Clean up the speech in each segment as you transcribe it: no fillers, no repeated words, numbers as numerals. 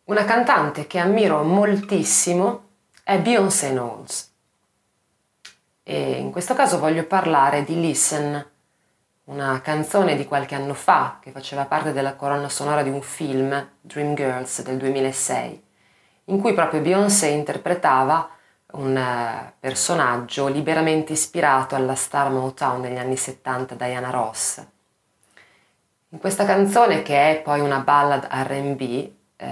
Una cantante che ammiro moltissimo è Beyoncé Knowles e in questo caso voglio parlare di Listen, una canzone di qualche anno fa che faceva parte della colonna sonora di un film, Dreamgirls del 2006, in cui proprio Beyoncé interpretava un personaggio liberamente ispirato alla star Motown degli anni 70 Diana Ross. In questa canzone, che è poi una ballad R&B,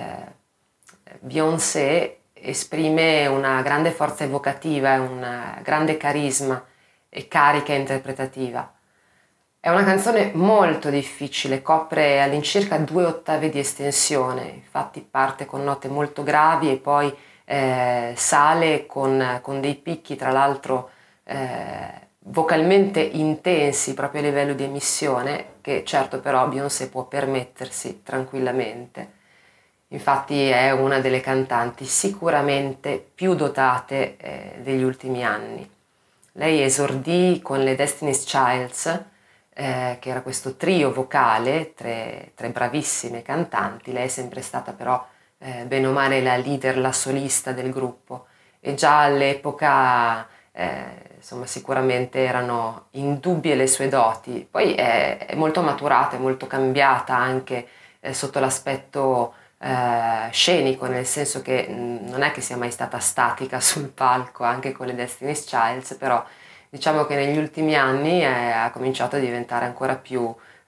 Beyoncé esprime una grande forza evocativa, un grande carisma e carica interpretativa. È una canzone molto difficile, copre all'incirca 2 ottave di estensione, infatti parte con note molto gravi e poi sale con dei picchi, tra l'altro vocalmente intensi proprio a livello di emissione, che certo però Beyoncé può permettersi tranquillamente. Infatti è una delle cantanti sicuramente più dotate degli ultimi anni. Lei esordì con le Destiny's Childs, che era questo trio vocale, tre bravissime cantanti. Lei è sempre stata però bene o male la leader, la solista del gruppo, e già all'epoca insomma sicuramente erano indubbie le sue doti. Poi è molto maturata, è molto cambiata anche sotto l'aspetto scenico, nel senso che non è che sia mai stata statica sul palco anche con le Destiny's Childs, però diciamo che negli ultimi anni ha cominciato a diventare ancora più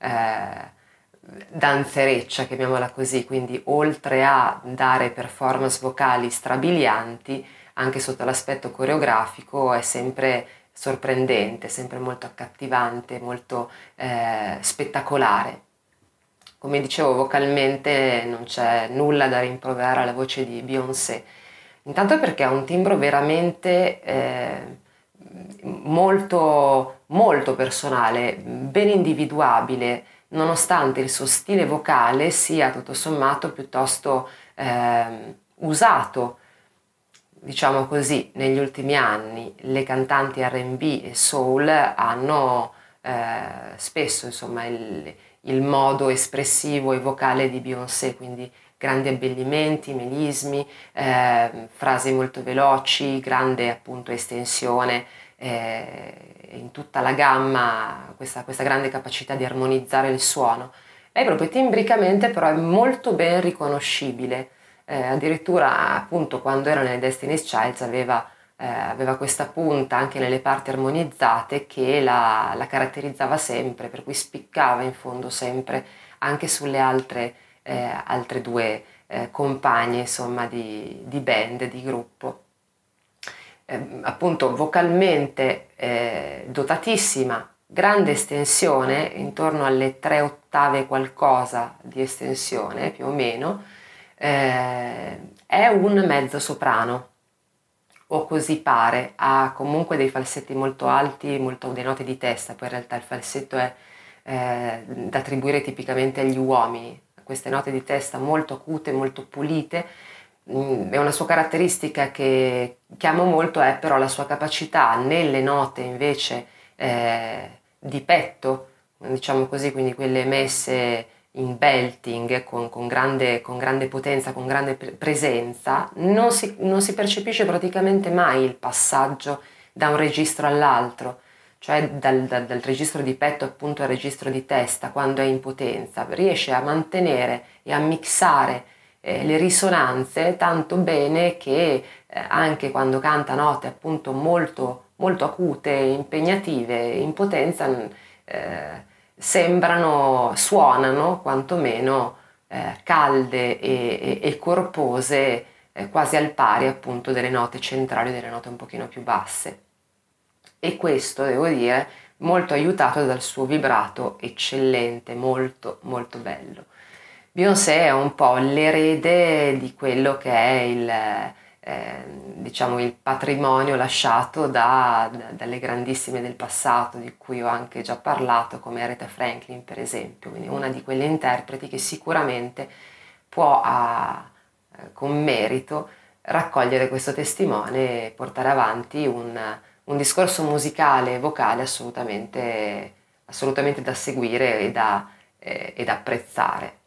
danzereccia, chiamiamola così, quindi oltre a dare performance vocali strabilianti, anche sotto l'aspetto coreografico è sempre sorprendente, sempre molto accattivante, molto spettacolare. Come dicevo, vocalmente non c'è nulla da rimproverare alla voce di Beyoncé, intanto perché ha un timbro veramente molto, molto personale, ben individuabile, nonostante il suo stile vocale sia tutto sommato piuttosto usato, diciamo così, negli ultimi anni. Le cantanti R&B e soul hanno spesso insomma il modo espressivo e vocale di Beyoncé, quindi grandi abbellimenti, melismi, frasi molto veloci, grande appunto estensione, in tutta la gamma, questa grande capacità di armonizzare il suono. Lei proprio timbricamente però è molto ben riconoscibile, addirittura appunto quando era nelle Destiny's Childs aveva questa punta anche nelle parti armonizzate che la caratterizzava sempre, per cui spiccava in fondo sempre anche sulle altre due compagne insomma di band, di gruppo. Appunto vocalmente dotatissima, grande estensione, intorno alle 3 ottave qualcosa di estensione più o meno, è un mezzo soprano, o così pare. Ha comunque dei falsetti molto alti, dei note di testa, poi in realtà il falsetto è da attribuire tipicamente agli uomini, queste note di testa molto acute, molto pulite. È una sua caratteristica che amo molto, è però la sua capacità nelle note invece di petto, diciamo così, quindi quelle messe in belting con grande potenza, con grande presenza. Non si percepisce praticamente mai il passaggio da un registro all'altro, cioè dal registro di petto appunto al registro di testa. Quando è in potenza riesce a mantenere e a mixare le risonanze tanto bene che anche quando canta note appunto molto, molto acute, impegnative, in potenza, suonano quantomeno calde e corpose, quasi al pari appunto delle note centrali, delle note un pochino più basse. E questo, devo dire, molto aiutato dal suo vibrato eccellente, molto molto bello. Beyoncé è un po' l'erede di quello che è diciamo il patrimonio lasciato dalle grandissime del passato, di cui ho anche già parlato, come Aretha Franklin per esempio, quindi una di quelle interpreti che sicuramente può con merito raccogliere questo testimone e portare avanti un discorso musicale e vocale assolutamente da seguire e da apprezzare.